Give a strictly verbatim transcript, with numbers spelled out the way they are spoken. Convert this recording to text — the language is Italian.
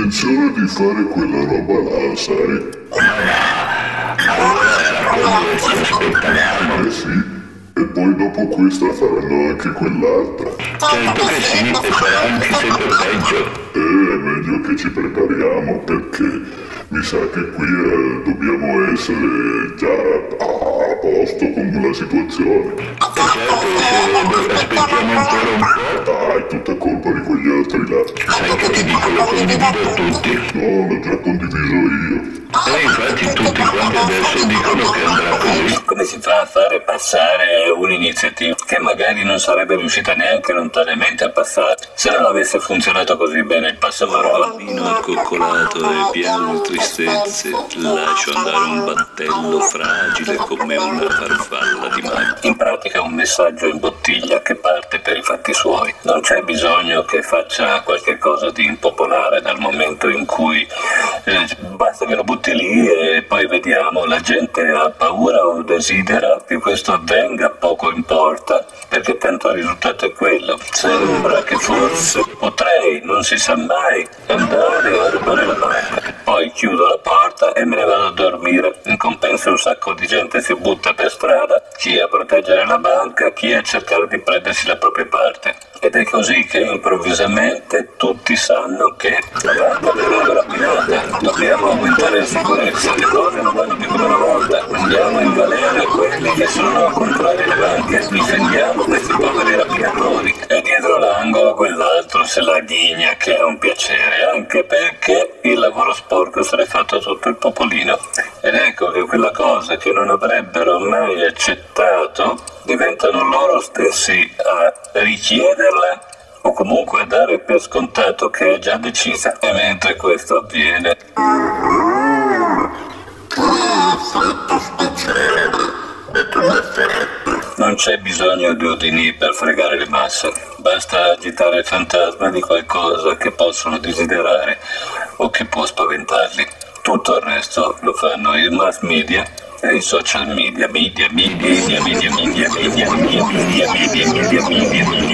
intenzione di fare quella roba là, sai? Allora era quello che ci aspettavamo. Eh sì. E poi dopo questa faranno anche quell'altra. Certo che sì, e sarà anche sempre peggio. Eh, è meglio che ci prepariamo, perché mi sa che qui eh, dobbiamo essere già a posto con la situazione. E certo, se aspettiamo ancora un po'. Dai, tutta colpa di quegli altri là. Sai che ti dico, lo condivido a tutti. No, l'ho già condiviso io. E infatti tutti quanti adesso dicono che andrà così. Come si fa a fare passare un'iniziativa che magari non sarebbe riuscita neanche lontanamente a passare se non avesse funzionato così bene il passaparola? Bambino accoccolato e pieno di tristezze, lascio andare un battello fragile come una farfalla di mare. In pratica è un messaggio in bottiglia che parte per i fatti suoi. Non c'è bisogno che faccia qualche cosa di impopolare dal momento in cui eh, basta che lo butti lì e poi vediamo. La gente ha paura o desidera che questo avvenga, poco importa, perché tanto il risultato è quello. Sembra che forse potrei, non si sa mai, andare a rubare la banca. Poi chiudo la porta e me ne vado a dormire. In compenso un sacco di gente si butta per strada, chi a proteggere la banca, chi a cercare di prendersi la propria parte. Ed è così che improvvisamente tutti sanno che la banca deve essere rapinata. Dobbiamo aumentare la sicurezza, le cose non vanno più come una volta. Andiamo in galera quelli che sono a controllare le banche, difendiamo questi poveri rapinatori. E dietro l'angolo quell'altro se la ghigna, che è un piacere, anche perché il lavoro sporco se l'è fatto tutto il popolino. Ed ecco che quella cosa che non avrebbero mai accettato diventano loro stessi a richiederla o comunque a dare per scontato che è già decisa. E mentre questo avviene, non c'è bisogno di Houdini per fregare le masse, basta agitare il fantasma di qualcosa che possono desiderare o che può spaventarli. Tutto il resto lo fanno i mass media e i social media, media, media, media, media, media, media, media, media, media, media, media, media.